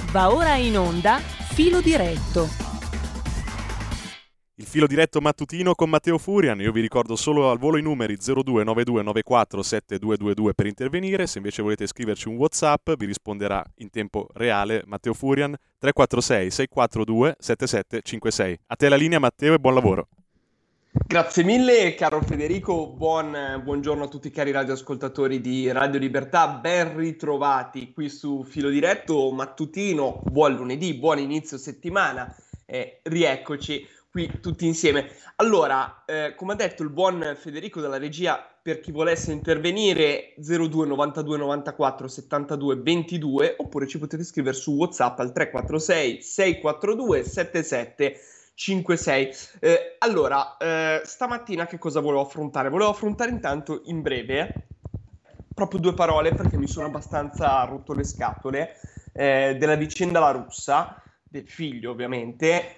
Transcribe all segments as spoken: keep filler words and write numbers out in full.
Va ora in onda Filo Diretto. Il filo diretto mattutino con Matteo Furian. Io vi ricordo solo al volo i numeri zero due nove due nove quattro sette due due due per intervenire. Se invece volete scriverci un WhatsApp vi risponderà in tempo reale Matteo Furian tre quattro sei sei quattro due sette sette cinque sei. A te la linea, Matteo, e buon lavoro. Grazie mille caro Federico, buon, buongiorno a tutti i cari radioascoltatori di Radio Libertà, ben ritrovati qui su Filo Diretto mattutino, buon lunedì, buon inizio settimana, eh, rieccoci qui tutti insieme. Allora, eh, come ha detto il buon Federico della regia, per chi volesse intervenire zero due novantadue novantaquattro settantadue ventidue, oppure ci potete scrivere su WhatsApp al tre quattro sei sei quattro due sette sette cinque sei. Eh, allora, eh, stamattina che cosa volevo affrontare? Volevo affrontare intanto in breve, proprio due parole perché mi sono abbastanza rotto le scatole, eh, della vicenda La Russa, del figlio ovviamente.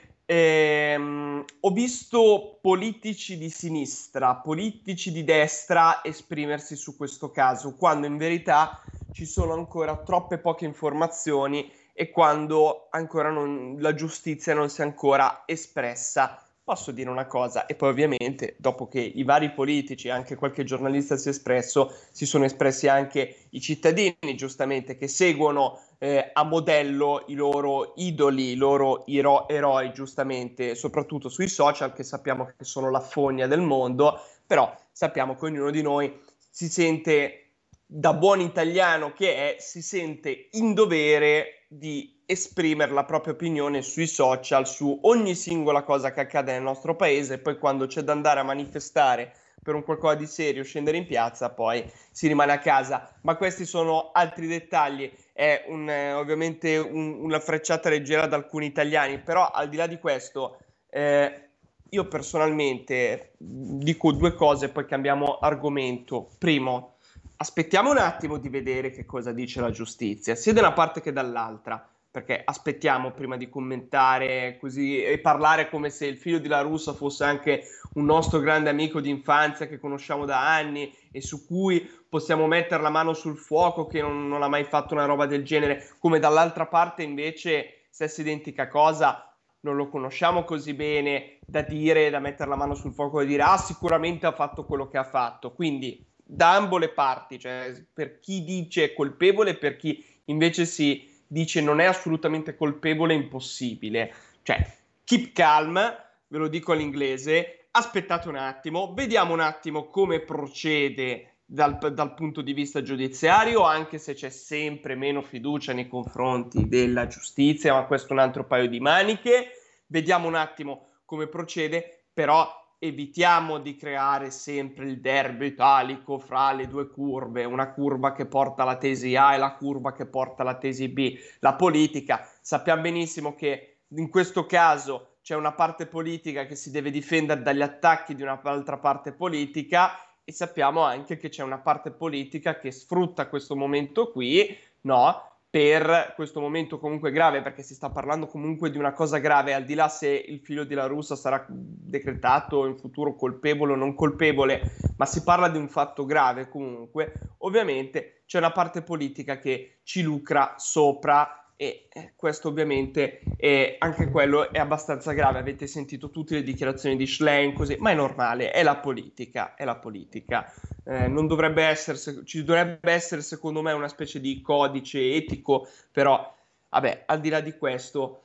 Ehm, ho visto politici di sinistra, politici di destra esprimersi su questo caso, quando in verità ci sono ancora troppe poche informazioni e quando ancora non, la giustizia non si è ancora espressa. Posso dire una cosa, e poi ovviamente dopo che i vari politici, anche qualche giornalista si è espresso, si sono espressi anche i cittadini, giustamente, che seguono eh, a modello i loro idoli, i loro ero- eroi, giustamente, soprattutto sui social, che sappiamo che sono la fogna del mondo, però sappiamo che ognuno di noi si sente, da buon italiano che è, si sente in dovere di esprimere la propria opinione sui social su ogni singola cosa che accade nel nostro paese. Poi quando c'è da andare a manifestare per un qualcosa di serio, scendere in piazza, poi si rimane a casa. Ma questi sono altri dettagli, è un, eh, ovviamente un, una frecciata leggera ad alcuni italiani, però al di là di questo eh, io personalmente dico due cose, poi cambiamo argomento. Primo, aspettiamo un attimo di vedere che cosa dice la giustizia, sia da una parte che dall'altra, perché aspettiamo prima di commentare così e parlare come se il figlio di La Russa fosse anche un nostro grande amico di infanzia che conosciamo da anni e su cui possiamo mettere la mano sul fuoco, che non, non ha mai fatto una roba del genere, come dall'altra parte invece stessa identica cosa, non lo conosciamo così bene da dire, da mettere la mano sul fuoco e dire ah, sicuramente ha fatto quello che ha fatto. Quindi da ambo le parti, cioè per chi dice colpevole e per chi invece si dice non è assolutamente colpevole, impossibile. Cioè, keep calm, ve lo dico all'inglese, aspettate un attimo, vediamo un attimo come procede dal, dal punto di vista giudiziario, anche se c'è sempre meno fiducia nei confronti della giustizia, ma questo è un altro paio di maniche. Vediamo un attimo come procede, però evitiamo di creare sempre il derby italico fra le due curve, una curva che porta alla tesi A e la curva che porta alla tesi B. La politica, sappiamo benissimo che in questo caso c'è una parte politica che si deve difendere dagli attacchi di un'altra parte politica e sappiamo anche che c'è una parte politica che sfrutta questo momento qui, no? Per questo momento comunque grave, perché si sta parlando comunque di una cosa grave, al di là se il figlio di La Russa sarà decretato in futuro colpevole o non colpevole, ma si parla di un fatto grave comunque. Ovviamente c'è una parte politica che ci lucra sopra e questo ovviamente è, anche quello è abbastanza grave. Avete sentito tutte le dichiarazioni di Schlein, così, ma è normale, è la politica, è la politica. Eh, non dovrebbe essere, ci dovrebbe essere secondo me una specie di codice etico, però vabbè, al di là di questo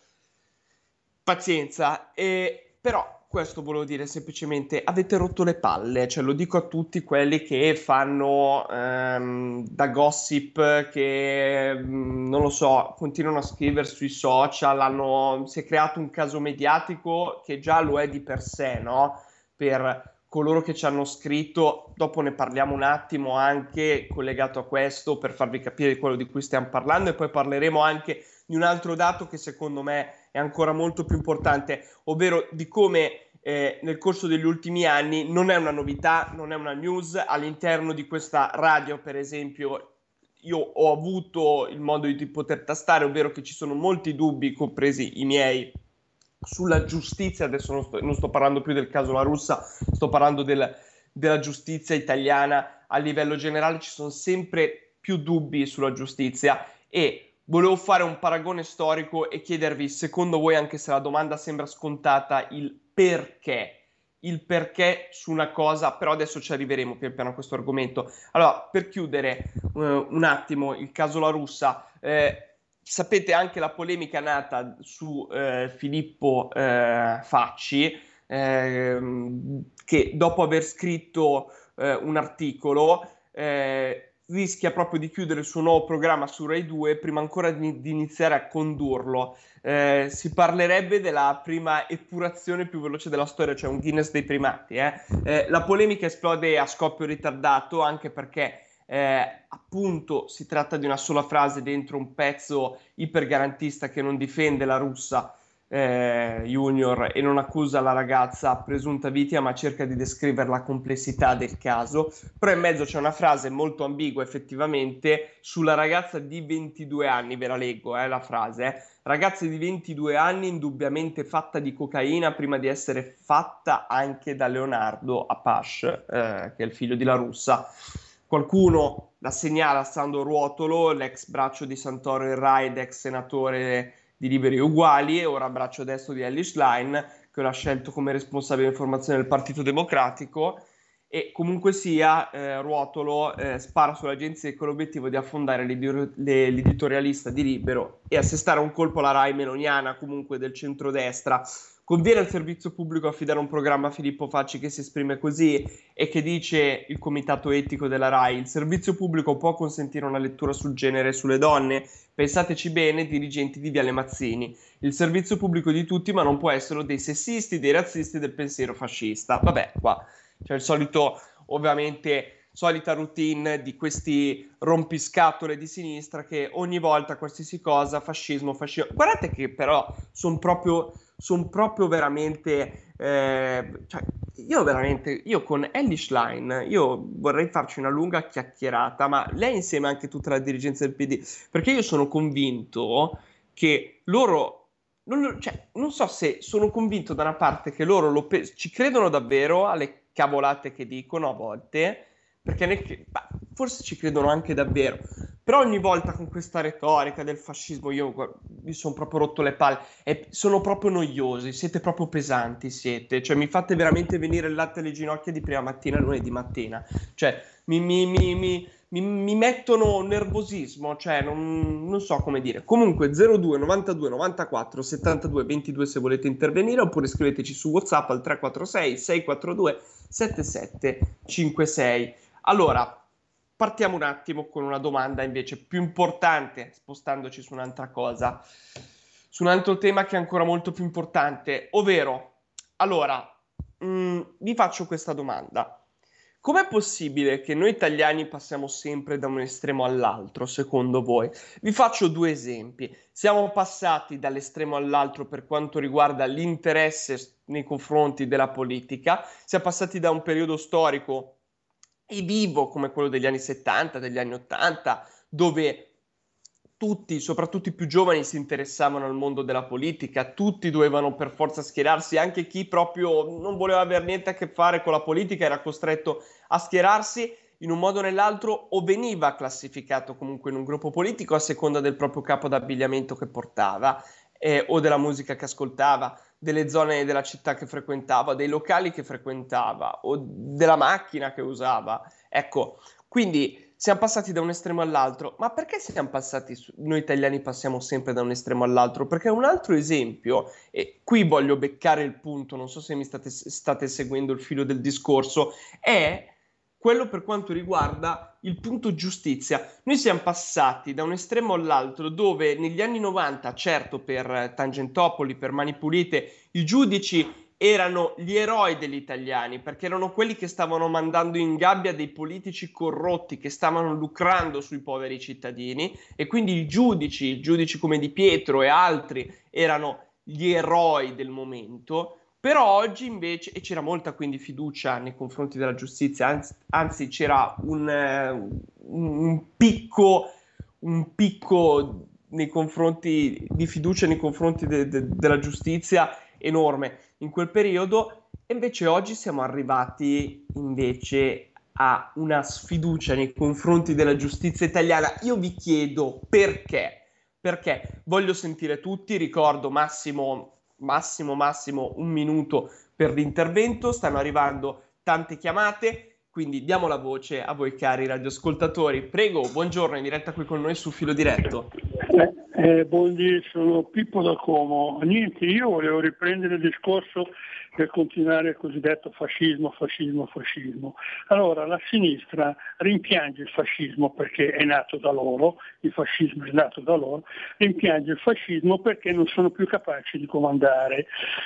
pazienza. E però questo volevo dire semplicemente, avete rotto le palle, cioè lo dico a tutti quelli che fanno ehm, da gossip, che mh, non lo so, continuano a scrivere sui social, hanno, si è creato un caso mediatico che già lo è di per sé, no? Per coloro che ci hanno scritto, dopo ne parliamo un attimo anche collegato a questo per farvi capire di quello di cui stiamo parlando e poi parleremo anche di un altro dato che secondo me è ancora molto più importante, ovvero di come eh, nel corso degli ultimi anni non è una novità, non è una news, all'interno di questa radio per esempio io ho avuto il modo di poter tastare, ovvero che ci sono molti dubbi, compresi i miei, sulla giustizia. Adesso non sto, non sto parlando più del caso La Russa, sto parlando del, della giustizia italiana a livello generale, ci sono sempre più dubbi sulla giustizia e volevo fare un paragone storico e chiedervi, secondo voi, anche se la domanda sembra scontata, il perché. Il perché su una cosa, però adesso ci arriveremo pian piano a questo argomento. Allora, per chiudere uh, un attimo il caso La Russa, eh, sapete anche la polemica nata su eh, Filippo eh, Facci, eh, che dopo aver scritto eh, un articolo eh, rischia proprio di chiudere il suo nuovo programma su Rai due prima ancora di, di iniziare a condurlo. Eh, si parlerebbe della prima epurazione più veloce della storia, cioè un Guinness dei primati. Eh. Eh, la polemica esplode a scoppio ritardato, anche perché eh, appunto si tratta di una sola frase dentro un pezzo ipergarantista che non difende la Russa eh, Junior e non accusa la ragazza presunta vittima, ma cerca di descrivere la complessità del caso. Però in mezzo c'è una frase molto ambigua effettivamente sulla ragazza di ventidue anni, ve la leggo eh, la frase, eh. Ragazza di ventidue anni indubbiamente fatta di cocaina prima di essere fatta anche da Leonardo Apache, eh, che è il figlio di La Russa. Qualcuno la segnala Sandro Ruotolo, l'ex braccio di Santoro e Raid, ex senatore di Liberi e Uguali, e ora braccio destro di Elly Schlein, che l'ha scelto come responsabile informazione del Partito Democratico. E comunque sia, eh, Ruotolo eh, spara sull'agenzia con l'obiettivo di affondare l'edi- le- l'editorialista di Libero e assestare un colpo alla Rai meloniana, comunque del centrodestra. Conviene al servizio pubblico affidare un programma a Filippo Facci che si esprime così e che dice il comitato etico della Rai: il servizio pubblico può consentire una lettura sul genere e sulle donne? Pensateci bene, dirigenti di Viale Mazzini. Il servizio pubblico di tutti, ma non può essere dei sessisti, dei razzisti, del pensiero fascista. Vabbè, qua c'è il solito, ovviamente, solita routine di questi rompiscatole di sinistra che ogni volta qualsiasi cosa, fascismo, fascismo. Guardate che però sono proprio, son proprio veramente, eh, cioè, io veramente, io con Elly Schlein, io vorrei farci una lunga chiacchierata, ma lei insieme anche tutta la dirigenza del P D, perché io sono convinto che loro, non, cioè, non so se sono convinto da una parte che loro lo pe- ci credono davvero alle cavolate che dicono a volte, perché ne, bah, forse ci credono anche davvero, però ogni volta con questa retorica del fascismo io guarda, mi sono proprio rotto le palle e sono proprio noiosi, siete proprio pesanti, siete, cioè mi fate veramente venire il latte alle ginocchia di prima mattina, lunedì mattina, cioè mi, mi, mi, mi, mi, mi mettono nervosismo, cioè non, non so come dire. Comunque zero due novantadue novantaquattro settantadue ventidue se volete intervenire, oppure scriveteci su WhatsApp al tre quattro sei sei quattro due sette sette cinque sei. Allora, partiamo un attimo con una domanda invece più importante, spostandoci su un'altra cosa, su un altro tema che è ancora molto più importante, ovvero, allora, mh, vi faccio questa domanda. Com'è possibile che noi italiani passiamo sempre da un estremo all'altro, secondo voi? Vi faccio due esempi. Siamo passati dall'estremo all'altro per quanto riguarda l'interesse nei confronti della politica, siamo passati da un periodo storico e vivo come quello degli anni settanta, degli anni ottanta, dove tutti, soprattutto i più giovani, si interessavano al mondo della politica, tutti dovevano per forza schierarsi, anche chi proprio non voleva avere niente a che fare con la politica era costretto a schierarsi in un modo o nell'altro, o veniva classificato comunque in un gruppo politico a seconda del proprio capo d'abbigliamento che portava, eh, o della musica che ascoltava, delle zone della città che frequentava, dei locali che frequentava o della macchina che usava. Ecco, quindi siamo passati da un estremo all'altro. Ma perché siamo passati, noi italiani passiamo sempre da un estremo all'altro? Perché un altro esempio, e qui voglio beccare il punto, non so se mi state, state seguendo il filo del discorso, è quello per quanto riguarda il punto giustizia. Noi siamo passati da un estremo all'altro dove negli anni novanta, certo per Tangentopoli, per Mani Pulite, i giudici erano gli eroi degli italiani, perché erano quelli che stavano mandando in gabbia dei politici corrotti che stavano lucrando sui poveri cittadini, e quindi i giudici, giudici come Di Pietro e altri, erano gli eroi del momento. Però oggi invece, e c'era molta quindi fiducia nei confronti della giustizia, anzi, anzi c'era un, uh, un picco, un picco nei confronti di fiducia nei confronti de- de- della giustizia enorme in quel periodo, e invece oggi siamo arrivati invece a una sfiducia nei confronti della giustizia italiana. Io vi chiedo perché? perché voglio sentire tutti, ricordo massimo, massimo, massimo un minuto per l'intervento, stanno arrivando tante chiamate, quindi diamo la voce a voi cari radioascoltatori. Prego, buongiorno, in diretta qui con noi su Filo Diretto. Eh, eh, buongiorno, sono Pippo da Como. Niente, io volevo riprendere il discorso per continuare il cosiddetto fascismo, fascismo, fascismo. Allora, la sinistra rimpiange il fascismo perché è nato da loro, il fascismo è nato da loro, rimpiange il fascismo perché non sono più capaci di comandare.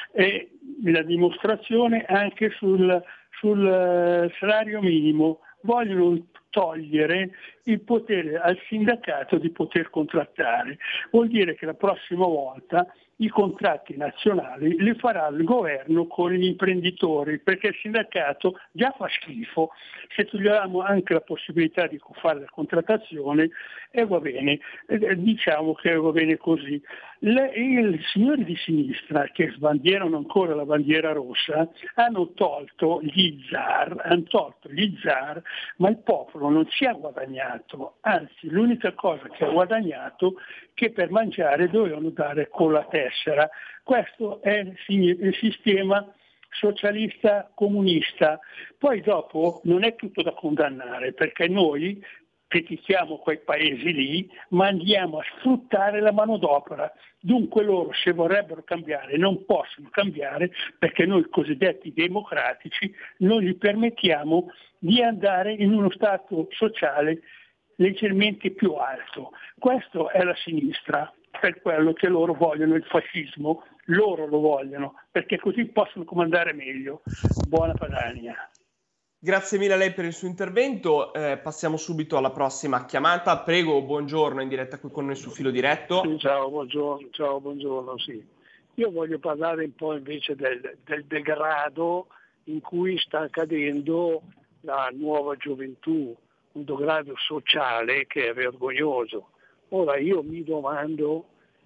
E la dimostrazione anche sul, sul uh, salario minimo. Vogliono togliere il potere al sindacato di poter contrattare. Vuol dire che la prossima volta i contratti nazionali li farà il governo con gli imprenditori, perché il sindacato già fa schifo. Se togliamo anche la possibilità di fare la contrattazione, e va bene, eh, diciamo che va bene così. Le, I signori di sinistra che sbandierano ancora la bandiera rossa hanno tolto gli zar, hanno tolto gli zar, ma il popolo non si è guadagnato, anzi l'unica cosa che ha guadagnato è che per mangiare dovevano dare con la tessera. Questo è il sistema socialista comunista. Poi dopo non è tutto da condannare, perché noi critichiamo quei paesi lì, ma andiamo a sfruttare la manodopera. Dunque loro, se vorrebbero cambiare, non possono cambiare, perché noi cosiddetti democratici non gli permettiamo di andare in uno stato sociale leggermente più alto. Questo è la sinistra, per quello che loro vogliono il fascismo, loro lo vogliono, perché così possono comandare meglio. Buona Padania. Grazie mille a lei per il suo intervento, eh, passiamo subito alla prossima chiamata. Prego, buongiorno, in diretta qui con noi su Filo Diretto. Sì, ciao, buongiorno, ciao, buongiorno, sì. Io voglio parlare un po' invece del, del degrado in cui sta cadendo la nuova gioventù, un degrado sociale che è vergognoso. Ora io mi domando,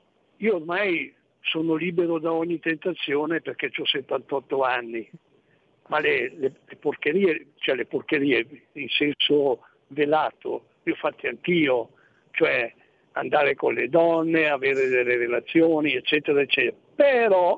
io ormai sono libero da ogni tentazione perché ho settantotto anni, ma le, le, le porcherie, cioè le porcherie in senso velato, le ho fatte anch'io, cioè andare con le donne, avere delle relazioni, eccetera, eccetera. Però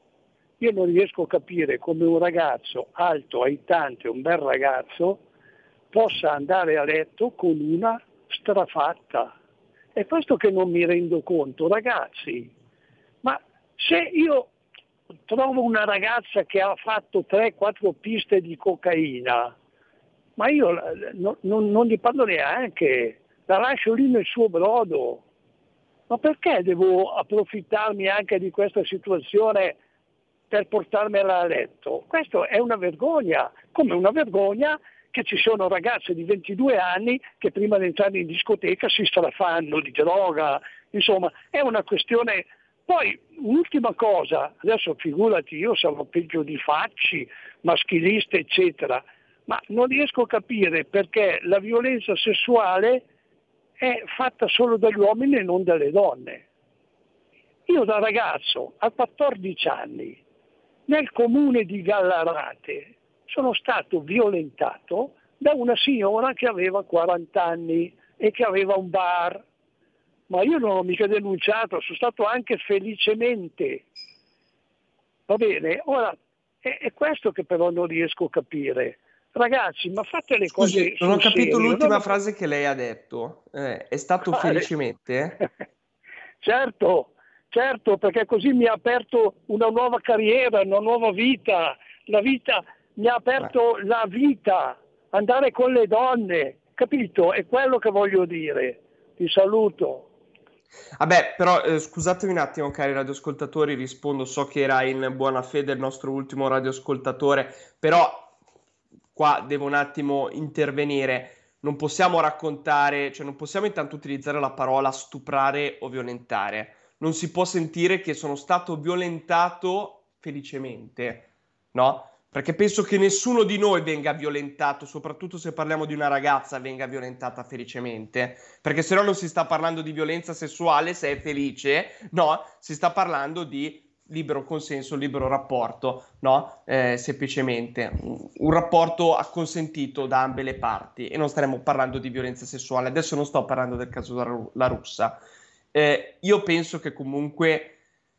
io non riesco a capire come un ragazzo alto, aitante, un bel ragazzo, possa andare a letto con una strafatta. È questo che non mi rendo conto, ragazzi. Ma se io trovo una ragazza che ha fatto tre quattro piste di cocaina, ma io no, non, non gli parlo neanche, la lascio lì nel suo brodo. Ma perché devo approfittarmi anche di questa situazione per portarmela a letto? Questo è una vergogna, come una vergogna che ci sono ragazze di ventidue anni che prima di entrare in discoteca si strafanno di droga, insomma è una questione. Poi un'ultima cosa, adesso figurati, io sarò peggio di Facci, maschilista eccetera, ma non riesco a capire perché la violenza sessuale è fatta solo dagli uomini e non dalle donne. Io da ragazzo a quattordici anni nel comune di Gallarate sono stato violentato da una signora che aveva quaranta anni e che aveva un bar. Ma io non ho mica denunciato, sono stato anche felicemente. Va bene? Ora, è, è questo che però non riesco a capire. Ragazzi, ma fate le cose. Scusi, non ho capito serio, l'ultima non... frase che lei ha detto. Eh, è stato Quale? felicemente? Certo, certo, perché così mi ha aperto una nuova carriera, una nuova vita. La vita mi ha aperto Beh. la vita, andare con le donne, capito? È quello che voglio dire. Ti saluto. Vabbè, però eh, scusatemi un attimo, cari radioascoltatori, rispondo, so che era in buona fede il nostro ultimo radioascoltatore, però qua devo un attimo intervenire. Non possiamo raccontare, cioè non possiamo intanto utilizzare la parola stuprare o violentare. Non si può sentire che sono stato violentato felicemente, no? Perché penso che nessuno di noi venga violentato, soprattutto se parliamo di una ragazza, venga violentata felicemente, perché se no non si sta parlando di violenza sessuale se è felice, no? Si sta parlando di libero consenso, libero rapporto, no? Eh, semplicemente un rapporto acconsentito da ambe le parti, e non staremo parlando di violenza sessuale. Adesso non sto parlando del caso della Russa. eh, io penso che comunque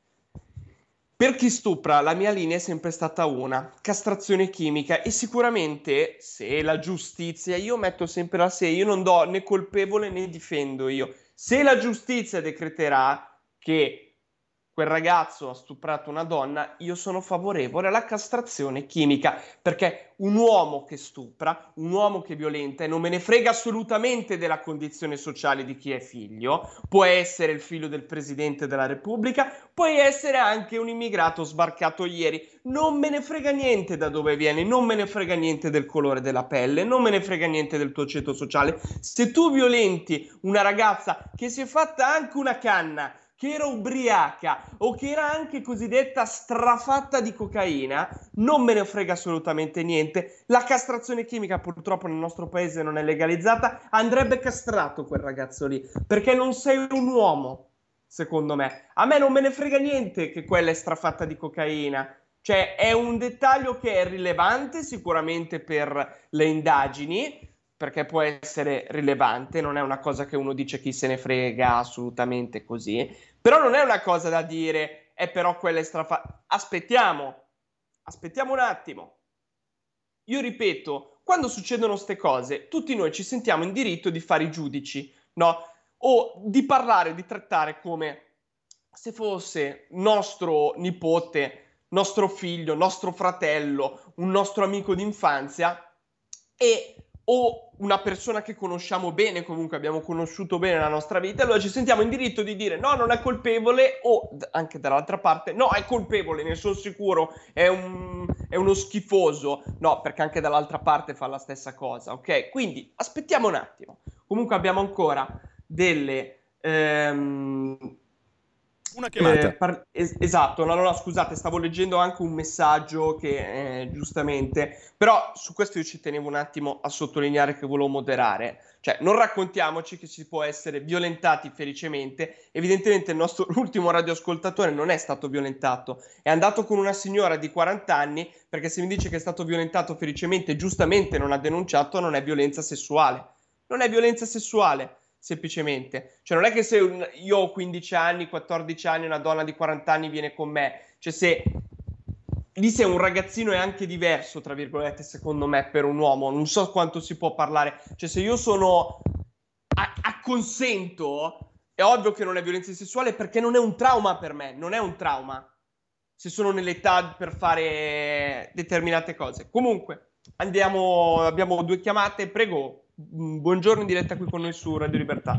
per chi stupra la mia linea è sempre stata una, castrazione chimica, e sicuramente se la giustizia, io metto sempre la se, io non do né colpevole né difendo io, se la giustizia decreterà che quel ragazzo ha stuprato una donna, io sono favorevole alla castrazione chimica, perché un uomo che stupra, un uomo che violenta, e non me ne frega assolutamente della condizione sociale di chi è figlio, può essere il figlio del Presidente della Repubblica, può essere anche un immigrato sbarcato ieri, non me ne frega niente da dove viene, non me ne frega niente del colore della pelle, non me ne frega niente del tuo ceto sociale. Se tu violenti una ragazza che si è fatta anche una canna, che era ubriaca o che era anche cosiddetta strafatta di cocaina, non me ne frega assolutamente niente. La castrazione chimica purtroppo nel nostro paese non è legalizzata, andrebbe castrato quel ragazzo lì, perché non sei un uomo, secondo me. A me non me ne frega niente che quella è strafatta di cocaina, cioè è un dettaglio che è rilevante sicuramente per le indagini, perché può essere rilevante, non è una cosa che uno dice chi se ne frega assolutamente così, però non è una cosa da dire, è eh, però quella è strafatta. Aspettiamo, aspettiamo un attimo. Io ripeto, quando succedono ste cose, tutti noi ci sentiamo in diritto di fare i giudici, no? O di parlare, di trattare come se fosse nostro nipote, nostro figlio, nostro fratello, un nostro amico d'infanzia, e o una persona che conosciamo bene, comunque abbiamo conosciuto bene nella nostra vita, allora ci sentiamo in diritto di dire no, non è colpevole, o anche dall'altra parte no, è colpevole, ne sono sicuro, è, un, è uno schifoso, no, perché anche dall'altra parte fa la stessa cosa, ok? Quindi aspettiamo un attimo. Comunque abbiamo ancora delle... Ehm, Una chiamata. Eh, par- es- esatto, no, no, no, scusate, stavo leggendo anche un messaggio che eh, giustamente, però su questo io ci tenevo un attimo a sottolineare che volevo moderare, cioè non raccontiamoci che si può essere violentati felicemente, evidentemente il nostro ultimo radioascoltatore non è stato violentato, è andato con una signora di quaranta anni, perché se mi dice che è stato violentato felicemente e giustamente non ha denunciato, non è violenza sessuale, non è violenza sessuale. Semplicemente, cioè non è che se un, io ho quindici anni, quattordici anni, una donna di quaranta anni viene con me, cioè se lì sei un ragazzino è anche diverso, tra virgolette, secondo me, per un uomo, non so quanto si può parlare, cioè se io sono a, a consento, è ovvio che non è violenza sessuale, perché non è un trauma per me, non è un trauma se sono nell'età per fare determinate cose. Comunque andiamo, abbiamo due chiamate, prego. Buongiorno, in diretta qui con noi su Radio Libertà.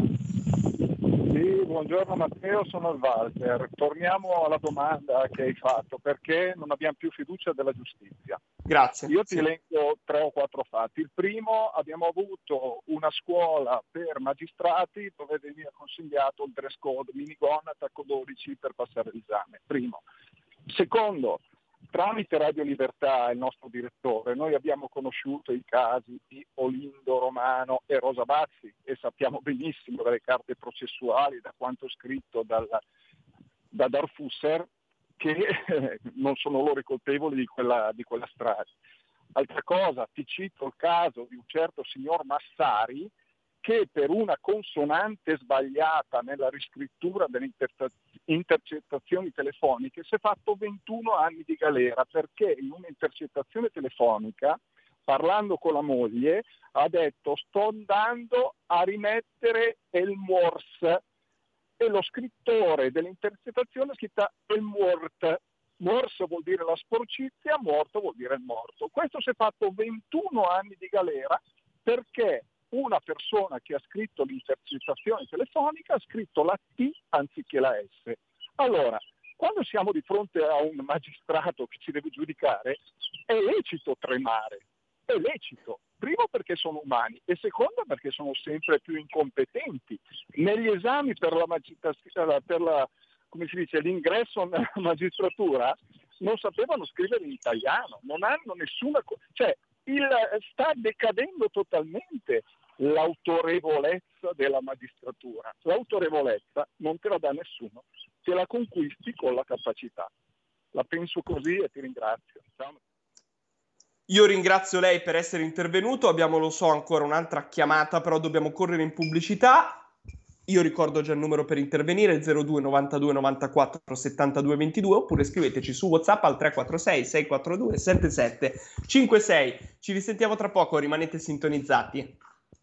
Sì, buongiorno Matteo, sono il Walter. Torniamo alla domanda che hai fatto, perché non abbiamo più fiducia della giustizia. Grazie. Io ti sì. elenco tre o quattro fatti. Il primo, abbiamo avuto una scuola per magistrati dove veniva consigliato il dress code, minigonna, tacco dodici per passare l'esame. Primo. Secondo, tramite Radio Libertà, il nostro direttore, noi abbiamo conosciuto i casi di Olindo Romano e Rosa Bazzi e sappiamo benissimo dalle carte processuali, da quanto scritto dal, da Darfusser, che eh, non sono loro i colpevoli di quella, di quella strada. Altra cosa, ti cito il caso di un certo signor Massari, che per una consonante sbagliata nella riscrittura delle inter- intercettazioni telefoniche si è fatto ventuno anni di galera, perché in un'intercettazione telefonica, parlando con la moglie, ha detto sto andando a rimettere il Morse, e lo scrittore dell'intercettazione ha scritto il Mort. Morse vuol dire la sporcizia, morto vuol dire il morto. Questo si è fatto ventuno anni di galera perché una persona che ha scritto l'intercettazione telefonica ha scritto la T anziché la S. Allora, quando siamo di fronte a un magistrato che ci deve giudicare, è lecito tremare, è lecito. Primo perché sono umani e secondo perché sono sempre più incompetenti. Negli esami per la magistratura, per la, come si dice, l'ingresso nella magistratura, non sapevano scrivere in italiano, non hanno nessuna... cioè il, sta decadendo totalmente l'autorevolezza della magistratura. L'autorevolezza non te la dà nessuno, te la conquisti con la capacità. La penso così e ti ringrazio. Ciao. Io ringrazio lei per essere intervenuto, abbiamo, lo so, ancora un'altra chiamata, però dobbiamo correre in pubblicità. Io ricordo già il numero per intervenire, zero due novantadue novantaquattro settantadue ventidue, oppure scriveteci su WhatsApp al tre quattro sei sei quattro due sette sette cinque sei. Ci risentiamo tra poco, rimanete sintonizzati.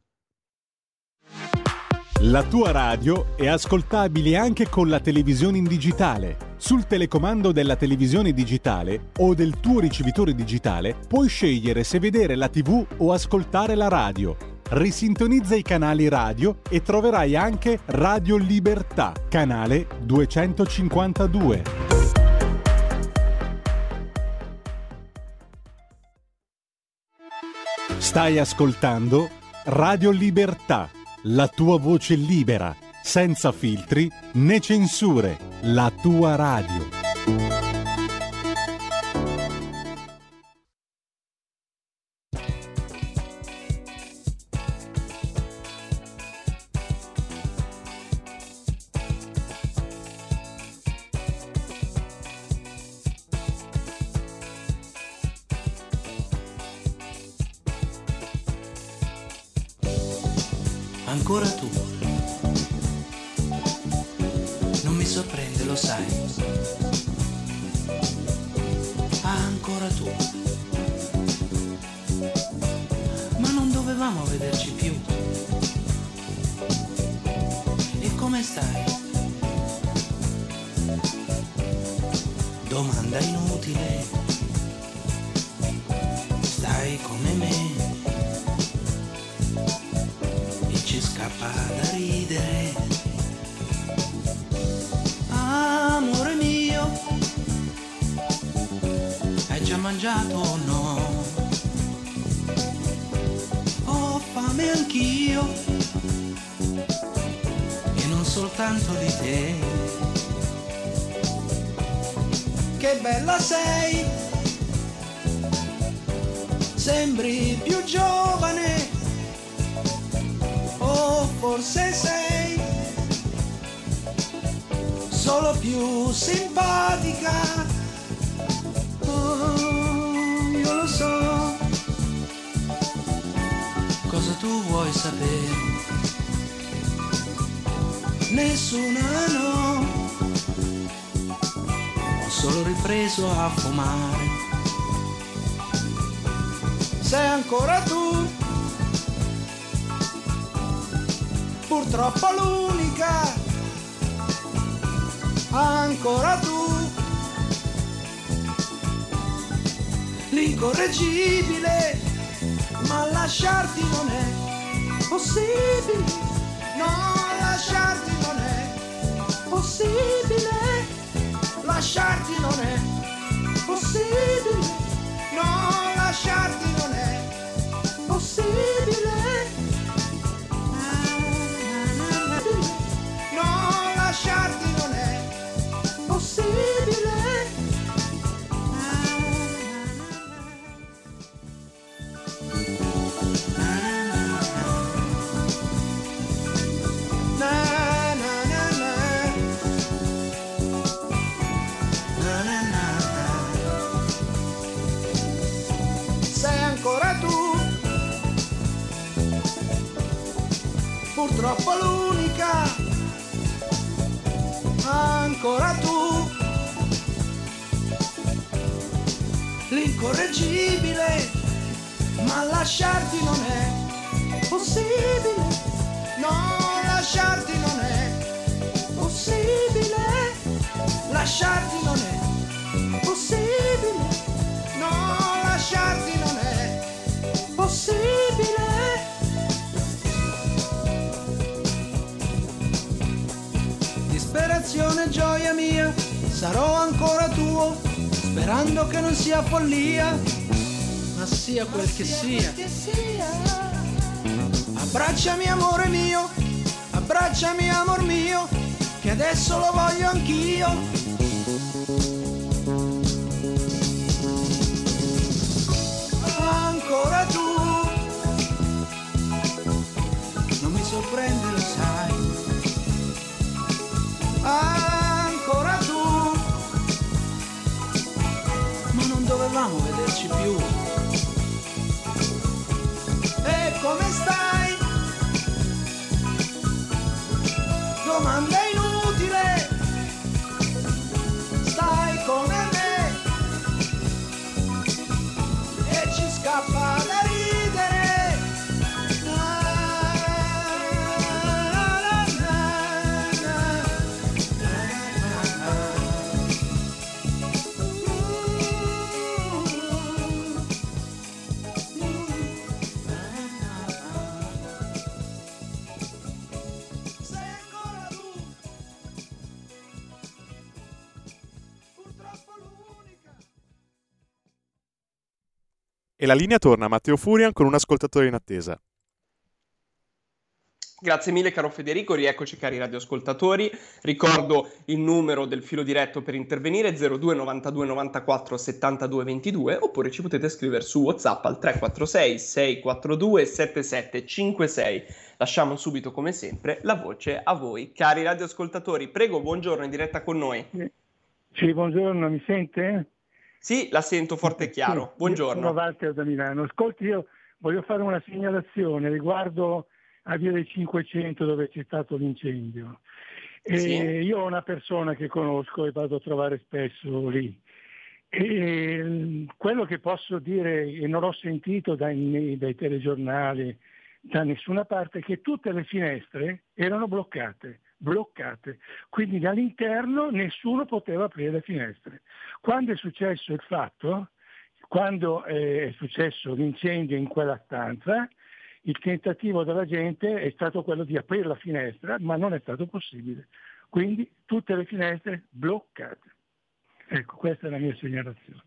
La tua radio è ascoltabile anche con la televisione in digitale. Sul telecomando della televisione digitale o del tuo ricevitore digitale puoi scegliere se vedere la tivù o ascoltare la radio. Risintonizza i canali radio e troverai anche Radio Libertà, canale duecentocinquantadue. Stai ascoltando Radio Libertà, la tua voce libera, senza filtri né censure, la tua radio. Ancora tu, non mi sorprende, lo sai. Ancora tu, ma non dovevamo vederci più. E come stai? Domanda inutile. Stai come me? Ci scappa da ridere. Amore mio, hai già mangiato o no? Ho fame anch'io e non soltanto di te. Che bella sei, sembri più giovane, forse sei solo più simpatica. Oh, io lo so cosa tu vuoi sapere. Nessuna no, ho solo ripreso a fumare. Sei ancora tu, purtroppo l'unica, ancora tu, l'incorreggibile, ma lasciarti non è possibile, no, lasciarti non è possibile, lasciarti non è possibile, no, lasciarti non è possibile. Lasciarti non è possibile. Na, na, na, na. Na, na, na, na. Sei ancora tu, purtroppo l'unica, ancora tu, l'incorreggibile, ma lasciarti non è possibile, no, lasciarti non è possibile, lasciarti non è possibile, no, lasciarti non è possibile. Disperazione, gioia mia, sarò ancora tuo, sperando che non sia follia, ma sia quel che sia. Abbracciami amore mio, abbracciami amor mio, che adesso lo voglio anch'io. Ancora tu, non mi sorprende, lo sai. Ancora tu, ma non dovevamo vederci più. E come stai? E la linea torna a Matteo Furian con un ascoltatore in attesa. Grazie mille caro Federico, rieccoci cari radioascoltatori, ricordo il numero del filo diretto per intervenire zero due novantadue novantaquattro settantadue ventidue oppure ci potete scrivere su WhatsApp al tre quattro sei sei quattro due sette sette cinque sei. Lasciamo subito come sempre la voce a voi cari radioascoltatori. Prego, buongiorno, in diretta con noi. Sì, buongiorno, mi sente? Sì, la sento forte e chiaro, Sì, buongiorno. Sono Walter da Milano. Ascolti, io voglio fare una segnalazione riguardo a Via del Cinquecento dove c'è stato l'incendio. E Sì. Io ho una persona che conosco e vado a trovare spesso lì. E quello che posso dire, e non l'ho sentito dai, dai telegiornali, da nessuna parte, è che tutte le finestre erano bloccate, bloccate. Quindi dall'interno nessuno poteva aprire le finestre. Quando è successo il fatto, quando è successo l'incendio in quella stanza, il tentativo della gente è stato quello di aprire la finestra, ma non è stato possibile. Quindi tutte le finestre bloccate. Ecco, questa è la mia segnalazione.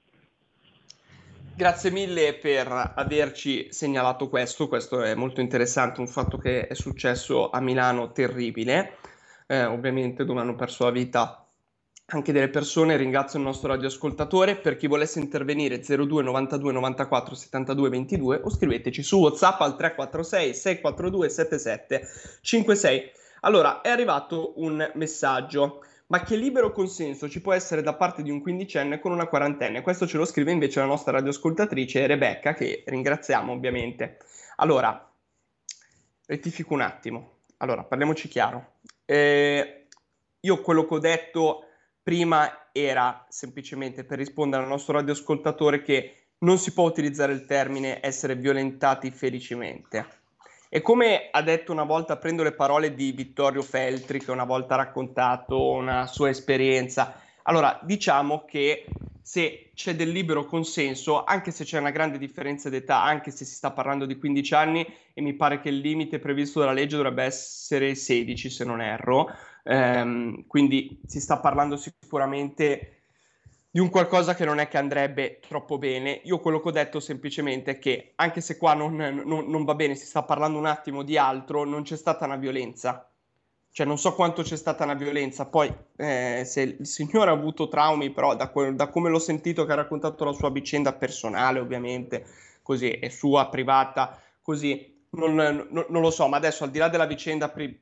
Grazie mille per averci segnalato questo, questo è molto interessante, un fatto che è successo a Milano terribile, eh, ovviamente dove hanno perso la vita anche delle persone. Ringrazio il nostro radioascoltatore. Per chi volesse intervenire zero due novantadue novantaquattro settantadue ventidue o scriveteci su WhatsApp al tre quattro sei sei quattro due sette sette cinque sei. Allora, è arrivato un messaggio: ma che libero consenso ci può essere da parte di un quindicenne con una quarantenne? Questo ce lo scrive invece la nostra radioascoltatrice Rebecca, che ringraziamo ovviamente. Allora, rettifico un attimo. Allora, parliamoci chiaro. Eh, io quello che ho detto prima era semplicemente per rispondere al nostro radioascoltatore che non si può utilizzare il termine essere violentati felicemente. E come ha detto una volta, prendo le parole di Vittorio Feltri, che una volta ha raccontato una sua esperienza. Allora, diciamo che se c'è del libero consenso, anche se c'è una grande differenza d'età, anche se si sta parlando di quindici anni, e mi pare che il limite previsto dalla legge dovrebbe essere sedici, se non erro, ehm, quindi si sta parlando sicuramente di un qualcosa che non è che andrebbe troppo bene. Io quello che ho detto semplicemente è che, anche se qua non, non, non va bene, si sta parlando un attimo di altro, non c'è stata una violenza. Cioè non so quanto c'è stata una violenza, poi eh, se il signore ha avuto traumi, però da, que- da come l'ho sentito che ha raccontato la sua vicenda personale, ovviamente, così, è sua, privata, così, non, non, non lo so, ma adesso al di là della vicenda pri-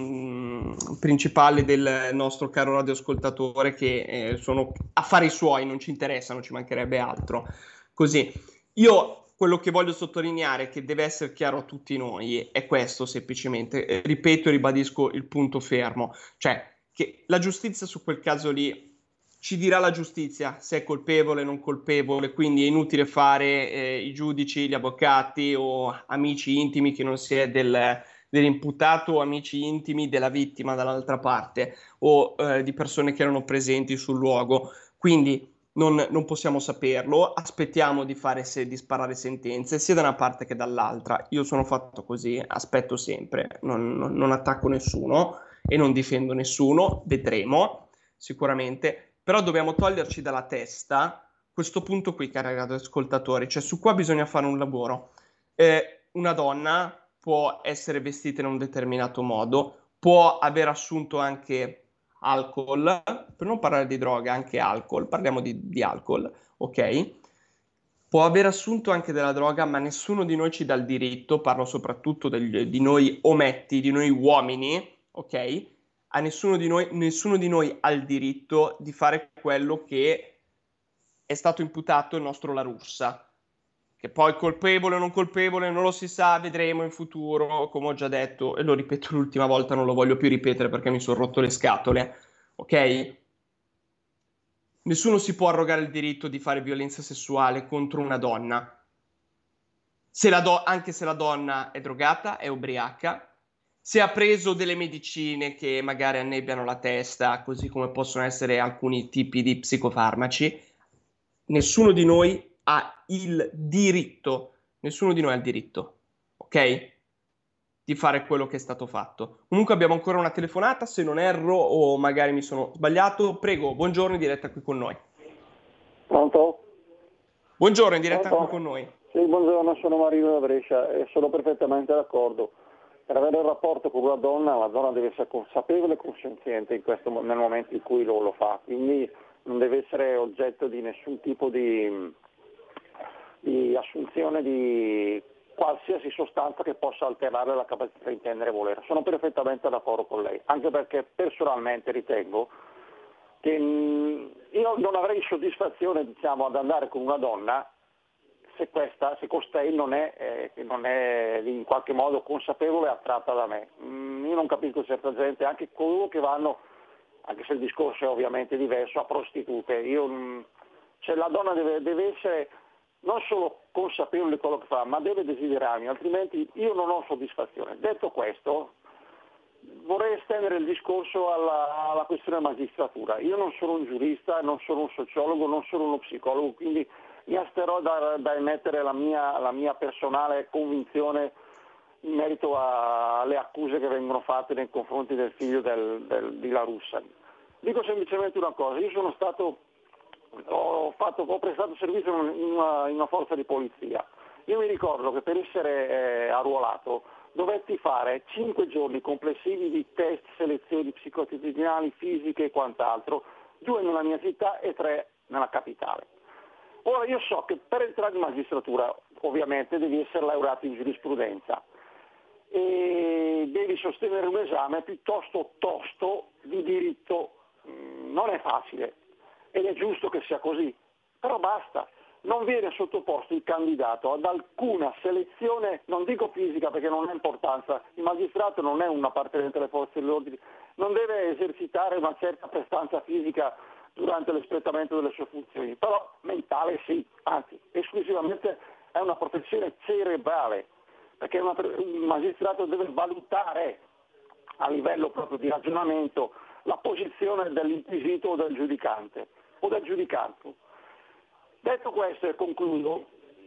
mh, principale del nostro caro radioascoltatore, che eh, sono affari suoi, non ci interessa, non ci mancherebbe altro, così, io... Quello che voglio sottolineare, che deve essere chiaro a tutti noi, è questo semplicemente. Eh, ripeto e ribadisco il punto fermo. Cioè, che la giustizia su quel caso lì ci dirà la giustizia se è colpevole o non colpevole, quindi è inutile fare eh, i giudici, gli avvocati o amici intimi che non si è del, dell'imputato o amici intimi della vittima dall'altra parte o eh, di persone che erano presenti sul luogo. Quindi Non, non possiamo saperlo, aspettiamo di, fare se, di sparare sentenze sia da una parte che dall'altra. Io sono fatto così, aspetto sempre, non, non, non attacco nessuno e non difendo nessuno, vedremo sicuramente, però dobbiamo toglierci dalla testa questo punto qui, cari ascoltatori, cioè su qua bisogna fare un lavoro. Eh, una donna può essere vestita in un determinato modo, può aver assunto anche alcol, per non parlare di droga, anche alcol, parliamo di, di alcol, ok? Può aver assunto anche della droga, ma nessuno di noi ci dà il diritto, parlo soprattutto degli, di noi ometti, di noi uomini, ok? A nessuno di noi, nessuno di noi ha il diritto di fare quello che è stato imputato il nostro La Russa, che poi colpevole o non colpevole non lo si sa, vedremo in futuro, come ho già detto, e lo ripeto l'ultima volta, non lo voglio più ripetere perché mi sono rotto le scatole, ok? Nessuno si può arrogare il diritto di fare violenza sessuale contro una donna, se la do- anche se la donna è drogata, è ubriaca, se ha preso delle medicine che magari annebbiano la testa, così come possono essere alcuni tipi di psicofarmaci. Nessuno di noi ha il diritto, nessuno di noi ha il diritto, ok? Di fare quello che è stato fatto. Comunque abbiamo ancora una telefonata, se non erro o magari mi sono sbagliato. Prego, buongiorno, in diretta qui con noi. Pronto? Buongiorno, in diretta Pronto? qui con noi. Sì, buongiorno, sono Marino da Brescia e sono perfettamente d'accordo. Per avere un rapporto con una donna, la donna deve essere consapevole e consenziente in questo, nel momento in cui lo, lo fa, quindi non deve essere oggetto di nessun tipo di, di assunzione di qualsiasi sostanza che possa alterare la capacità di intendere e volere. Sono perfettamente d'accordo con lei, anche perché personalmente ritengo che mh, io non avrei soddisfazione, diciamo, ad andare con una donna se questa, se costei non è, eh, non è in qualche modo consapevole e attratta da me. Mm, io non capisco certa gente, anche coloro che vanno, anche se il discorso è ovviamente diverso, a prostitute. Io, mm, cioè la donna deve, deve essere non solo consapevole di quello che fa, ma deve desiderarmi, altrimenti io non ho soddisfazione. Detto questo, vorrei estendere il discorso alla, alla questione magistratura. Io non sono un giurista, non sono un sociologo, non sono uno psicologo, quindi mi asterò da, da emettere la mia, la mia personale convinzione in merito a, alle accuse che vengono fatte nei confronti del figlio del, del, di La Russa. Dico semplicemente una cosa, io sono stato, ho, fatto, ho prestato servizio in una, in una forza di polizia. Io mi ricordo che per essere eh, arruolato dovetti fare cinque giorni complessivi di test, selezioni psicotitudinali, fisiche e quant'altro, due nella mia città e tre nella capitale. Ora io so che per entrare in magistratura ovviamente devi essere laureato in giurisprudenza e devi sostenere un esame piuttosto tosto di diritto. Non è facile ed è giusto che sia così, però basta, non viene sottoposto il candidato ad alcuna selezione, non dico fisica perché non ha importanza, il magistrato non è un appartenente alle forze dell'ordine, non deve esercitare una certa prestanza fisica durante l'espletamento delle sue funzioni, però mentale sì, anzi esclusivamente è una professione cerebrale, perché una, un magistrato deve valutare a livello proprio di ragionamento la posizione dell'inquisito o del giudicante o del giudicato. Detto questo e concludo,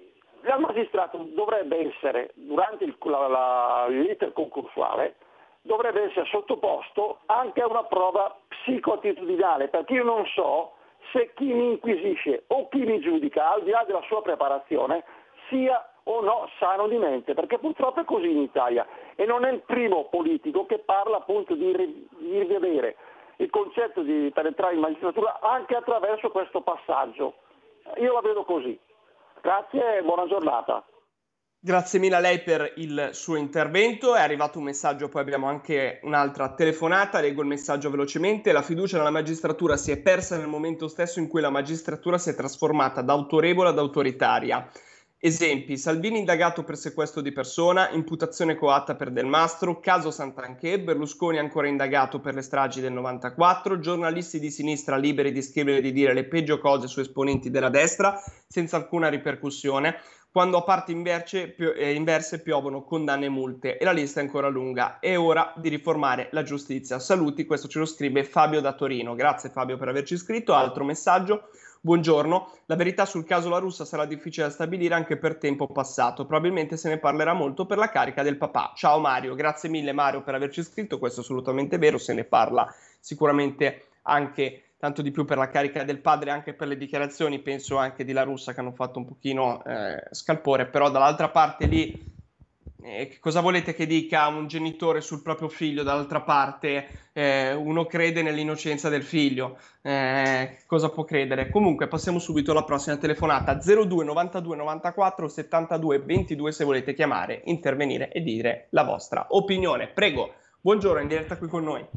il magistrato dovrebbe essere, durante il, la, la, l'iter concorsuale, dovrebbe essere sottoposto anche a una prova psicoattitudinale, perché io non so se chi mi inquisisce o chi mi giudica, al di là della sua preparazione, sia o no sano di mente, perché purtroppo è così in Italia e non è il primo politico che parla appunto di, di rivedere il concetto di, per entrare in magistratura anche attraverso questo passaggio. Io la vedo così. Grazie e buona giornata. Grazie mille a lei per il suo intervento. È arrivato un messaggio, poi abbiamo anche un'altra telefonata. Leggo il messaggio velocemente. La fiducia nella magistratura si è persa nel momento stesso in cui la magistratura si è trasformata da autorevole ad autoritaria. Esempi: Salvini indagato per sequestro di persona, imputazione coatta per Del Mastro, caso Santanchè, Berlusconi ancora indagato per le stragi del novantaquattro, giornalisti di sinistra liberi di scrivere e di dire le peggio cose su esponenti della destra senza alcuna ripercussione, quando a parti inverse, pio- eh, inverse piovono condanne e multe, e la lista è ancora lunga. È ora di riformare la giustizia. Saluti, questo ce lo scrive Fabio da Torino. Grazie Fabio per averci scritto. Altro messaggio: buongiorno, la verità sul caso La Russa sarà difficile da stabilire anche per tempo passato, probabilmente se ne parlerà molto per la carica del papà. Ciao Mario, grazie mille Mario per averci scritto, questo è assolutamente vero, se ne parla sicuramente anche tanto di più per la carica del padre, anche per le dichiarazioni, penso anche di La Russa, che hanno fatto un pochino eh, scalpore, però dall'altra parte lì, eh, che cosa volete che dica un genitore sul proprio figlio? Dall'altra parte eh, uno crede nell'innocenza del figlio, eh, cosa può credere? Comunque passiamo subito alla prossima telefonata, zero due novantadue novantaquattro settantadue ventidue, se volete chiamare, intervenire e dire la vostra opinione. Prego, buongiorno, in diretta qui con noi.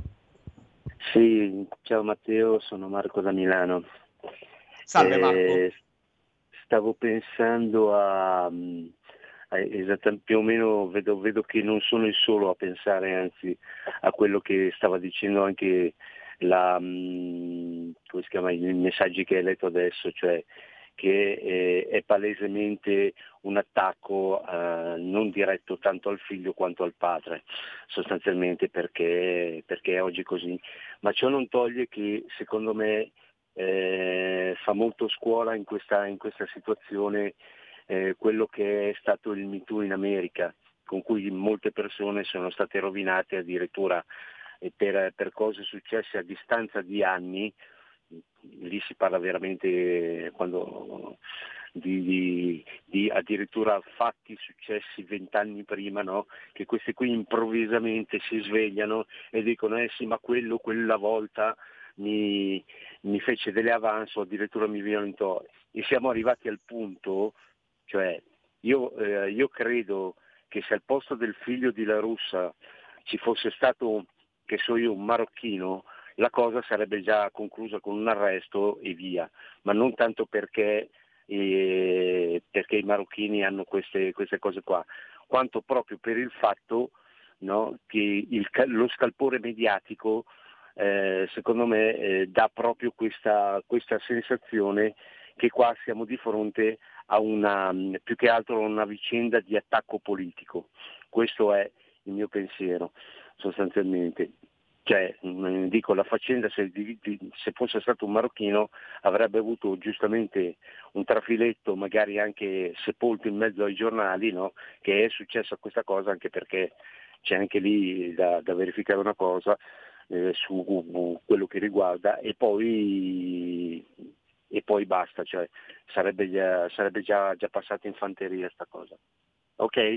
Sì, ciao Matteo, sono Marco da Milano. Salve Marco. Eh, stavo pensando a, a esattamente, più o meno vedo, vedo che non sono il solo a pensare, anzi, a quello che stava dicendo anche la, come si chiama, i messaggi che hai letto adesso, cioè che eh, è palesemente un attacco eh, non diretto tanto al figlio quanto al padre, sostanzialmente, perché, perché è oggi così. Ma ciò non toglie che secondo me eh, fa molto scuola in questa, in questa situazione eh, quello che è stato il Me Too in America, con cui molte persone sono state rovinate addirittura eh, per, per cose successe a distanza di anni. Lì si parla veramente, quando di, di, di addirittura fatti successi vent'anni prima, no? Che questi qui improvvisamente si svegliano e dicono eh sì, ma quello quella volta mi, mi fece delle avance o addirittura mi violentò. E siamo arrivati al punto, cioè io, eh, io credo che se al posto del figlio di La Russa ci fosse stato, che so io, un marocchino, la cosa sarebbe già conclusa con un arresto e via, ma non tanto perché, eh, perché i marocchini hanno queste, queste cose qua, quanto proprio per il fatto, no, che il, lo scalpore mediatico eh, secondo me eh, dà proprio questa, questa sensazione che qua siamo di fronte a una, più che altro a una vicenda di attacco politico. Questo è il mio pensiero sostanzialmente. Cioè, dico, la faccenda, se, se fosse stato un marocchino, avrebbe avuto giustamente un trafiletto, magari anche sepolto in mezzo ai giornali, no? Che è successa questa cosa, anche perché c'è anche lì da, da verificare una cosa eh, su quello che riguarda, e poi, e poi basta, cioè sarebbe già, sarebbe già, già passata in fanteria sta cosa. Ok?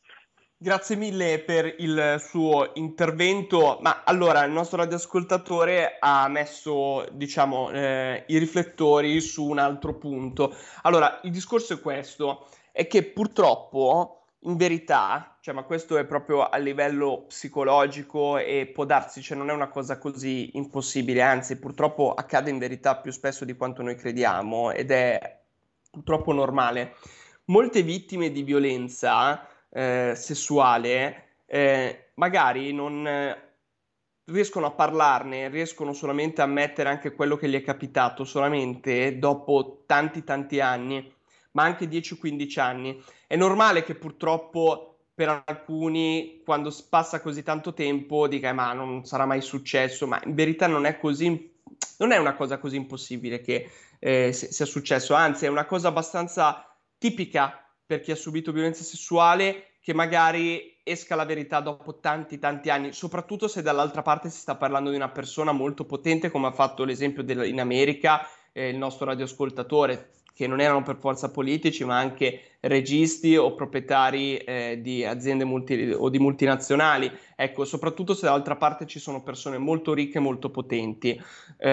Grazie mille per il suo intervento. Ma allora il nostro radioascoltatore ha messo, diciamo, eh, i riflettori su un altro punto. Allora, il discorso è questo, è che purtroppo, in verità, cioè, ma questo è proprio a livello psicologico e può darsi, cioè non è una cosa così impossibile, anzi purtroppo accade in verità più spesso di quanto noi crediamo ed è purtroppo normale. Molte vittime di violenza Eh, sessuale eh, magari non eh, riescono a parlarne, riescono solamente a ammettere anche quello che gli è capitato solamente dopo tanti tanti anni, ma anche dieci quindici anni. È normale che purtroppo per alcuni, quando passa così tanto tempo, dica ma non sarà mai successo, ma in verità non è così, non è una cosa così impossibile che eh, sia successo, anzi è una cosa abbastanza tipica per chi ha subito violenza sessuale, che magari esca la verità dopo tanti tanti anni, soprattutto se dall'altra parte si sta parlando di una persona molto potente, come ha fatto l'esempio del, in America eh, il nostro radioascoltatore, che non erano per forza politici, ma anche registi o proprietari eh, di aziende multi, o di multinazionali. Ecco, soprattutto se dall'altra parte ci sono persone molto ricche e molto potenti,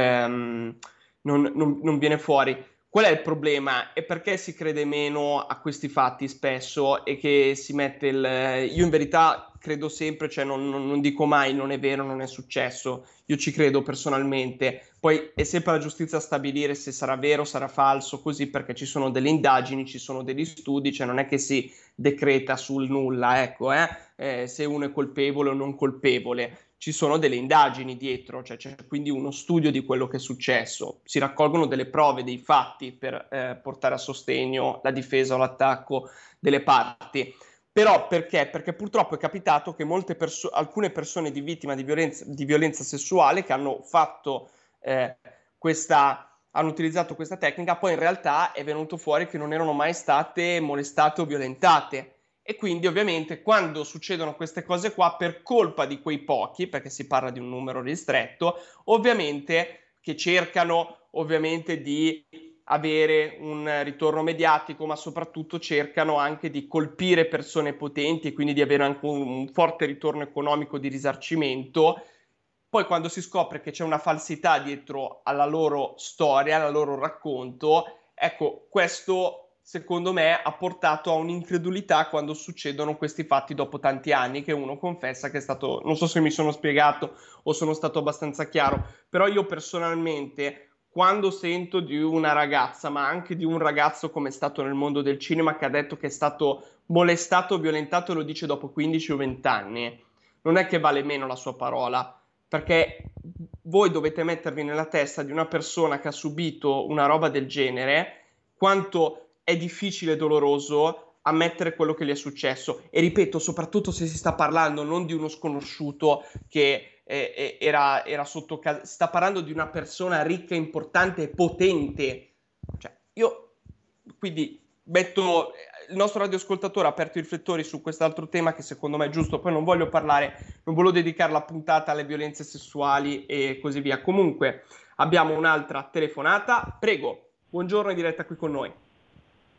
ehm, non, non, non viene fuori. Qual è il problema? È perché si crede meno a questi fatti spesso e che si mette il... Io in verità credo sempre, cioè non, non, non dico mai non è vero, non è successo, io ci credo personalmente, poi è sempre la giustizia a stabilire se sarà vero, sarà falso, così, perché ci sono delle indagini, ci sono degli studi, cioè non è che si decreta sul nulla, ecco, eh? Eh, se uno è colpevole o non colpevole. Ci sono delle indagini dietro, cioè c'è quindi uno studio di quello che è successo, si raccolgono delle prove, dei fatti per eh, portare a sostegno la difesa o l'attacco delle parti. Però perché? Perché purtroppo è capitato che molte perso- alcune persone di vittime di violenza, di violenza sessuale che hanno fatto eh, questa, hanno utilizzato questa tecnica, poi in realtà è venuto fuori che non erano mai state molestate o violentate. E quindi ovviamente quando succedono queste cose qua, per colpa di quei pochi, perché si parla di un numero ristretto, ovviamente che cercano ovviamente di avere un ritorno mediatico, ma soprattutto cercano anche di colpire persone potenti e quindi di avere anche un, un forte ritorno economico di risarcimento. Poi quando si scopre che c'è una falsità dietro alla loro storia, al loro racconto, ecco, questo secondo me ha portato a un'incredulità quando succedono questi fatti dopo tanti anni, che uno confessa che è stato, non so se mi sono spiegato o sono stato abbastanza chiaro, però io personalmente quando sento di una ragazza, ma anche di un ragazzo come è stato nel mondo del cinema, che ha detto che è stato molestato o violentato e lo dice dopo quindici o venti anni, non è che vale meno la sua parola, perché voi dovete mettervi nella testa di una persona che ha subito una roba del genere, quanto è difficile e doloroso ammettere quello che gli è successo. E ripeto, soprattutto se si sta parlando non di uno sconosciuto che eh, era, era sotto casa, si sta parlando di una persona ricca, importante e potente. Cioè, io quindi metto il nostro radioascoltatore ha aperto i riflettori su quest'altro tema che secondo me è giusto, poi non voglio parlare, non volevo dedicare la puntata alle violenze sessuali e così via. Comunque abbiamo un'altra telefonata, prego, buongiorno, in diretta qui con noi.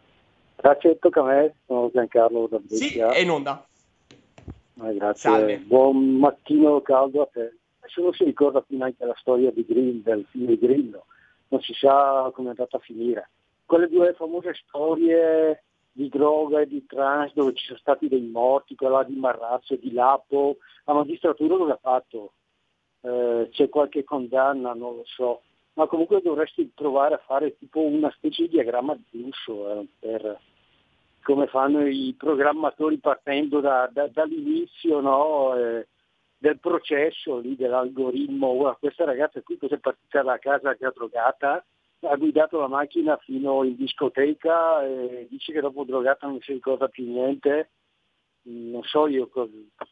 Grazie, tocca a me, sono Giancarlo da Brescia. Sì, è in onda. Eh, grazie, Salve. buon mattino caldo a te. Nessuno si ricorda più neanche la storia di Grill, del film di Grillo, non si sa come è andata a finire. Quelle due famose storie di droga e di trans dove ci sono stati dei morti, quella di Marrazzo e di Lapo, la magistratura non l'ha fatto, eh, c'è qualche condanna, non lo so, ma comunque dovresti provare a fare tipo una specie di diagramma di flusso eh, per come fanno i programmatori partendo da, da, dall'inizio, no, eh, del processo lì, dell'algoritmo. Ora, questa ragazza qui cos'è partita da casa già drogata, ha guidato la macchina fino in discoteca e dice che dopo drogata non si ricorda più niente. Non so io cosa.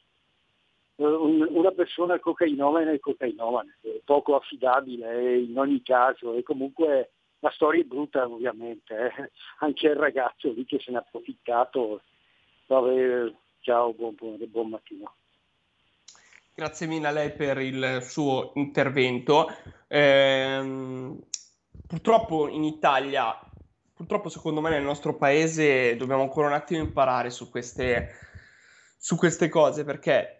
Una persona cocainomane è cocainomane, è poco affidabile in ogni caso, e comunque la storia è brutta ovviamente, eh. Anche il ragazzo lì che se ne ha approfittato. Vabbè, ciao, buon, buon, buon mattino. Grazie mille a lei per il suo intervento. Ehm, purtroppo in Italia, purtroppo secondo me nel nostro paese dobbiamo ancora un attimo imparare su queste, su queste cose, perché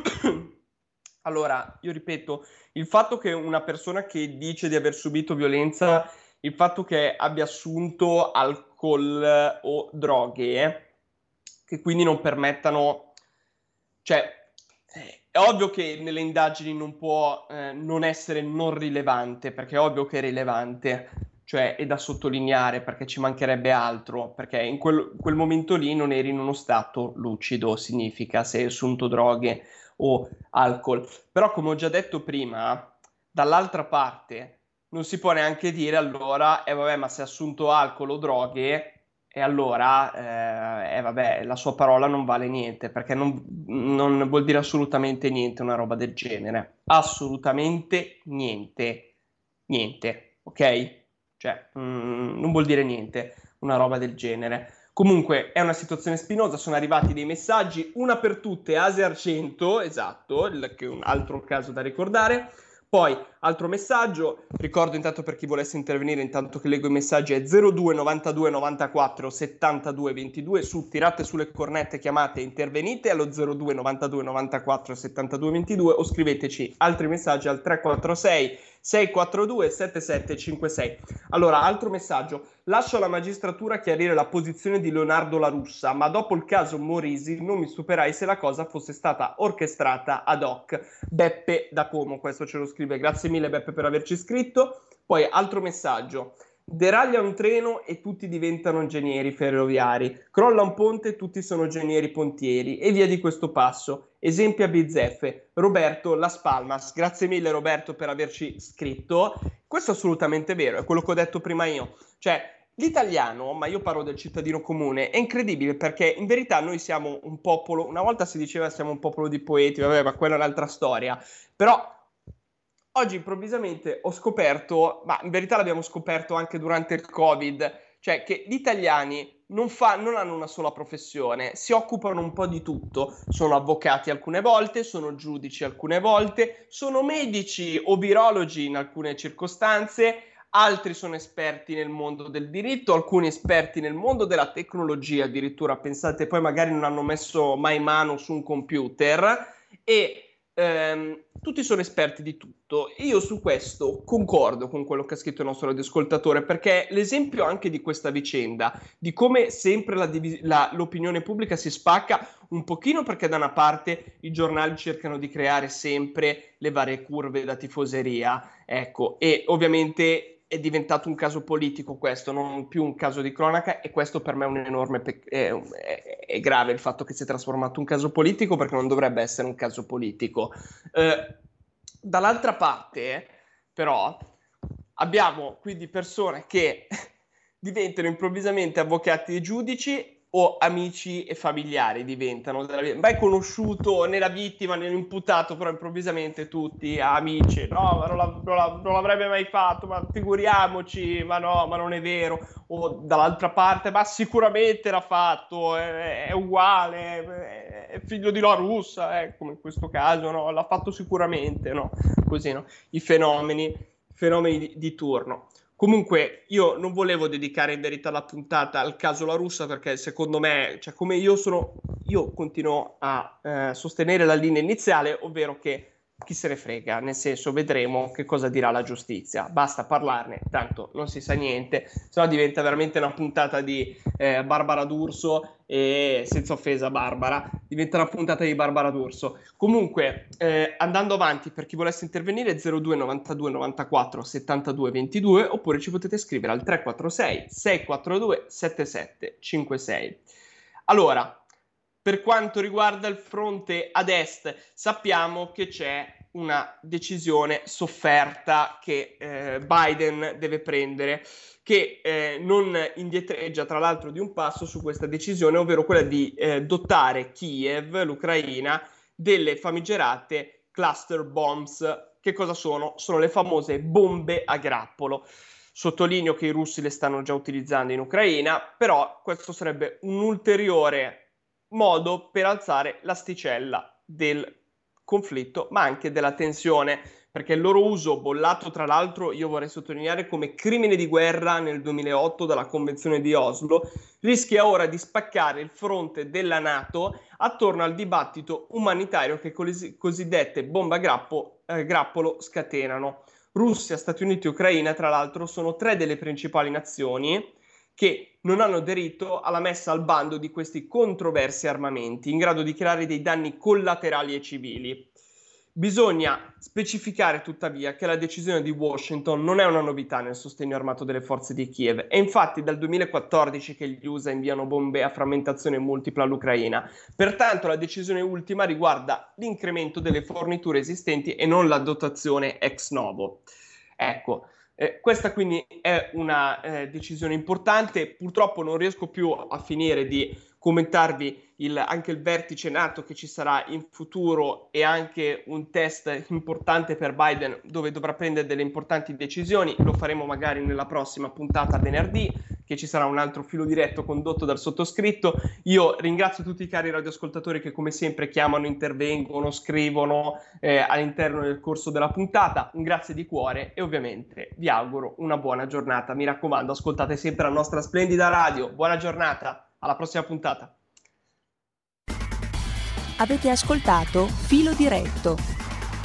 allora, io ripeto, il fatto che una persona che dice di aver subito violenza, il fatto che abbia assunto alcol o droghe, che quindi non permettano, cioè è ovvio che nelle indagini non può eh, non essere non rilevante, perché è ovvio che è rilevante, cioè è da sottolineare, perché ci mancherebbe altro, perché in quel, quel momento lì non eri in uno stato lucido, significa se hai assunto droghe o alcol. Però come ho già detto prima, dall'altra parte non si può neanche dire allora, eh vabbè, ma se ha assunto alcol o droghe, e allora, eh, eh, vabbè, la sua parola non vale niente, perché non, non vuol dire assolutamente niente una roba del genere. Assolutamente niente. Niente, ok? Cioè, mm, non vuol dire niente una roba del genere. Comunque, è una situazione spinosa, sono arrivati dei messaggi, una per tutte, Asia Argento, esatto, il, che è un altro caso da ricordare. Poi, altro messaggio, ricordo intanto per chi volesse intervenire, intanto che leggo i messaggi, è zero due novantadue novantaquattro settantadue ventidue, su tirate sulle cornette, chiamate e intervenite allo zero due novantadue novantaquattro settantadue ventidue o scriveteci altri messaggi al tre quattro sei sei quattro due sette sette cinque sei. Allora, altro messaggio, lascio alla magistratura chiarire la posizione di Leonardo La Russa, ma dopo il caso Morisi non mi stuperai se la cosa fosse stata orchestrata ad hoc. Beppe da Como, questo ce lo scrive, grazie mille Beppe per averci scritto. Poi altro messaggio, deraglia un treno e tutti diventano ingegneri ferroviari, crolla un ponte e tutti sono ingegneri pontieri, e via di questo passo. Esempi a bizzeffe. Roberto Las Palmas, grazie mille Roberto per averci scritto. Questo è assolutamente vero, è quello che ho detto prima io, cioè l'italiano, ma io parlo del cittadino comune, è incredibile perché in verità noi siamo un popolo, una volta si diceva siamo un popolo di poeti, vabbè, ma quella è un'altra storia, però oggi improvvisamente ho scoperto, ma in verità l'abbiamo scoperto anche durante il Covid, cioè che gli italiani non, fa, non hanno una sola professione, si occupano un po' di tutto, sono avvocati alcune volte, sono giudici alcune volte, sono medici o virologi in alcune circostanze, altri sono esperti nel mondo del diritto, alcuni esperti nel mondo della tecnologia, addirittura pensate poi magari non hanno messo mai mano su un computer e ehm, tutti sono esperti di tutto. Io su questo concordo con quello che ha scritto il nostro radioascoltatore, perché l'esempio anche di questa vicenda, di come sempre la divis- la, l'opinione pubblica si spacca un pochino, perché da una parte i giornali cercano di creare sempre le varie curve da tifoseria, ecco, e ovviamente è diventato un caso politico questo, non più un caso di cronaca, e questo per me è un enorme pe- è, è, è grave il fatto che si è trasformato in un caso politico, perché non dovrebbe essere un caso politico. Eh, dall'altra parte però abbiamo quindi persone che diventano improvvisamente avvocati e giudici, o amici e familiari diventano, mai conosciuto né la vittima né l'imputato, però improvvisamente tutti amici, no, ma non, la, non, la, non l'avrebbe mai fatto, ma figuriamoci, ma no, ma non è vero, o dall'altra parte, ma sicuramente l'ha fatto, è, è uguale, è figlio di La Russa, eh, come in questo caso, no, l'ha fatto sicuramente, no, così, no, i fenomeni, fenomeni di, di turno. Comunque io non volevo dedicare in verità la puntata al caso La Russa, perché secondo me, cioè come io sono, io continuo a eh, sostenere la linea iniziale, ovvero che chi se ne frega, nel senso vedremo che cosa dirà la giustizia, basta parlarne, tanto non si sa niente, sennò diventa veramente una puntata di eh, Barbara D'Urso, e senza offesa Barbara, diventa una puntata di Barbara D'Urso. Comunque, eh, andando avanti, per chi volesse intervenire, zero due novantadue novantaquattro settantadue ventidue, oppure ci potete scrivere al tre quattro sei sei quattro due sette sette cinque sei. Allora, per quanto riguarda il fronte ad est, sappiamo che c'è una decisione sofferta che eh, Biden deve prendere, che eh, non indietreggia tra l'altro di un passo su questa decisione, ovvero quella di eh, dotare Kiev, l'Ucraina, delle famigerate cluster bombs. Che cosa sono? Sono le famose bombe a grappolo. Sottolineo che i russi le stanno già utilizzando in Ucraina, però questo sarebbe un ulteriore modo per alzare l'asticella del conflitto, ma anche della tensione, perché il loro uso, bollato tra l'altro, io vorrei sottolineare, come crimine di guerra nel duemilaotto dalla Convenzione di Oslo, rischia ora di spaccare il fronte della NATO attorno al dibattito umanitario che cos- cosiddette bombe a grappo, eh, grappolo scatenano. Russia, Stati Uniti e Ucraina, tra l'altro, sono tre delle principali nazioni che non hanno aderito alla messa al bando di questi controversi armamenti, in grado di creare dei danni collaterali ai civili. Bisogna specificare tuttavia che la decisione di Washington non è una novità nel sostegno armato delle forze di Kiev. È infatti dal duemilaquattordici che gli U S A inviano bombe a frammentazione multipla all'Ucraina. Pertanto la decisione ultima riguarda l'incremento delle forniture esistenti e non la dotazione ex novo. Ecco. Eh, questa quindi è una eh, decisione importante. Purtroppo non riesco più a finire di commentarvi il, anche il vertice NATO che ci sarà in futuro e anche un test importante per Biden dove dovrà prendere delle importanti decisioni. Lo faremo magari nella prossima puntata venerdì, che ci sarà un altro filo diretto condotto dal sottoscritto. Io ringrazio tutti i cari radioascoltatori che come sempre chiamano, intervengono, scrivono eh, all'interno del corso della puntata. Un grazie di cuore e ovviamente vi auguro una buona giornata. Mi raccomando, ascoltate sempre la nostra splendida radio. Buona giornata, alla prossima puntata. Avete ascoltato Filo Diretto,